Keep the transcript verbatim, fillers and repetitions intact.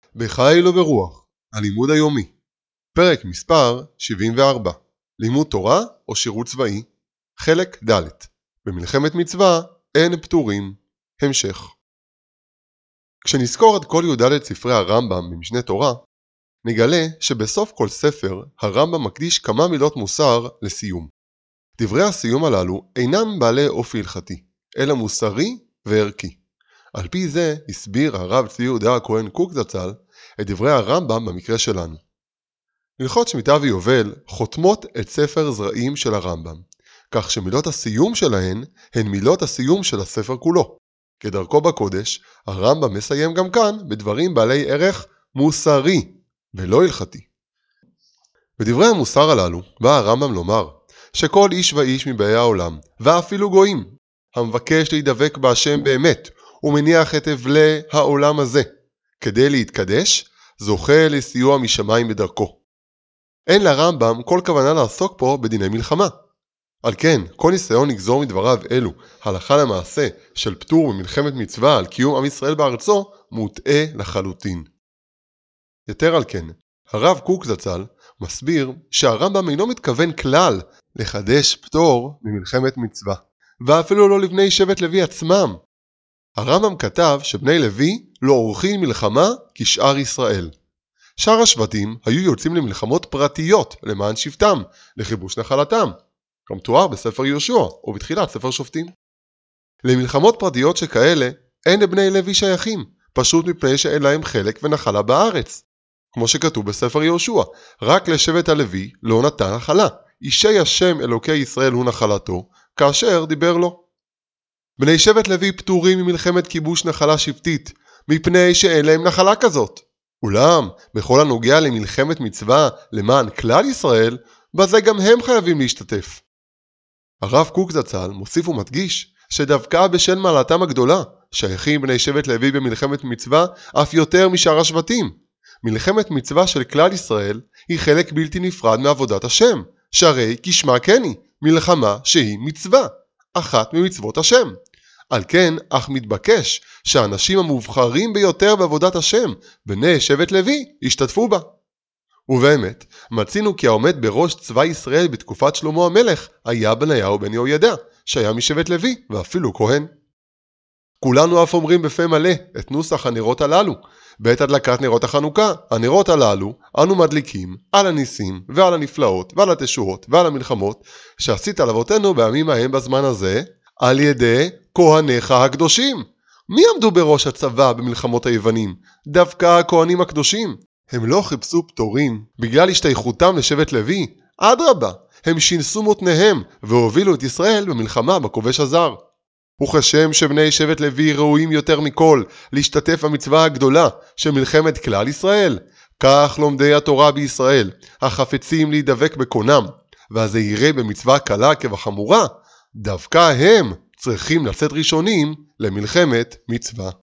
בחיל וברוח, הלימוד היומי. פרק מספר שבעים וארבע, לימוד תורה או שירות צבאי. חלק ד'. במלחמת מצווה אין פטורים. המשך. כשנזכור את כל י"ד ספרי הרמב"ם במשנה תורה, נגלה שבסוף כל ספר הרמב"ם מקדיש כמה מילות מוסר לסיום. דברי הסיום הללו אינם בעלי אופי הלכתי, אלא מוסרי וערכי. על פי זה הסביר הרב צבי יהודה הכהן קוק זצ"ל את דברי הרמב"ם במקרה שלנו. הלכות שמיטה ויובל חותמות את ספר זרעים של הרמב"ם, כך שמילות הסיום שלהן הן מילות הסיום של הספר כולו. כדרכו בקודש, הרמב"ם מסיים גם כאן בדברים בעלי ערך מוסרי ולא הלכתי. בדברי המוסר הללו בא הרמב"ם לומר שכל איש ואיש מבאי העולם, ואפילו גויים, המבקש להידבק בהשם באמת, ומניח את אבלי העולם הזה, כדי להתקדש, זוכה לסיוע משמיים בדרכו. אין לרמב"ם כל כוונה לעסוק פה בדיני מלחמה. על כן, כל ניסיון לגזור מדבריו אלו, הלכה למעשה של פטור ממלחמת מצווה על קיום עם ישראל בארצו, מוטעה לחלוטין. יותר על כן, הרב קוק זצ"ל מסביר שהרמב"ם אינו מתכוון כלל לחדש פטור ממלחמת מצווה, ואפילו לא לבני שבט לוי עצמם. הרמב"ם כתב שבני לוי לא עורכים מלחמה כשאר ישראל. שאר השבטים היו יוצאים למלחמות פרטיות למען שבטם, לכיבוש נחלתם, כמתואר בספר יהושע ובתחילת ספר שופטים. למלחמות פרטיות שכאלה אין לבני לוי שייכים, פשוט מפני שאין להם חלק ונחלה בארץ. כמו שכתוב בספר יהושע, רק לשבט הלוי לא נתן נחלה, אישי השם אלוקי ישראל הוא נחלתו, כאשר דיבר לו. בני שבט לוי פטורים ממלחמת כיבוש נחלה שבטית, מפני שאין להם נחלה כזאת. אולם, בכל הנוגע למלחמת מצווה למען כלל ישראל, בזה גם הם חייבים להשתתף. הרב קוק זצ"ל מוסיף ומדגיש שדווקא בשל מעלתם הגדולה, שייכים בני שבט לוי במלחמת מצווה אף יותר משאר השבטים. מלחמת מצווה של כלל ישראל היא חלק בלתי נפרד מעבודת השם, שהרי כשמה כן היא, מלחמה שהיא מצווה, אחת ממצוות השם. על כן, אך מתבקש שהאנשים המובחרים ביותר בעבודת השם, בני שבט לוי, ישתתפו בה. ובאמת, מצינו כי העומד בראש צבא ישראל בתקופת שלמה המלך היה בניהו בן יהוידע, שהיה משבט לוי ואפילו כהן. כולנו אף אומרים בפה מלא את נוסח הנרות הללו. בעת הדלקת נרות החנוכה, הנרות הללו אנו מדליקים על הניסים ועל הנפלאות ועל התשועות ועל המלחמות שעשית על אבותינו בימים ההם בזמן הזה, על ידי כהניך הקדושים. מי עמדו בראש הצבא במלחמות היוונים? דווקא הכהנים הקדושים. הם לא חיפשו פטורים בגלל השתייכותם לשבט לוי, אדרבה, הם שינסו מותניהם והובילו את ישראל במלחמה בכובש הזר. וכשם שבני שבט לוי ראויים יותר מכל להשתתף במצווה הגדולה של מלחמת כלל ישראל, כך לומדי התורה בישראל, החפצים להידבק בקונם, והזהירי במצווה קלה כבחמורה, דווקא הם צריכים לצאת ראשונים למלחמת מצווה.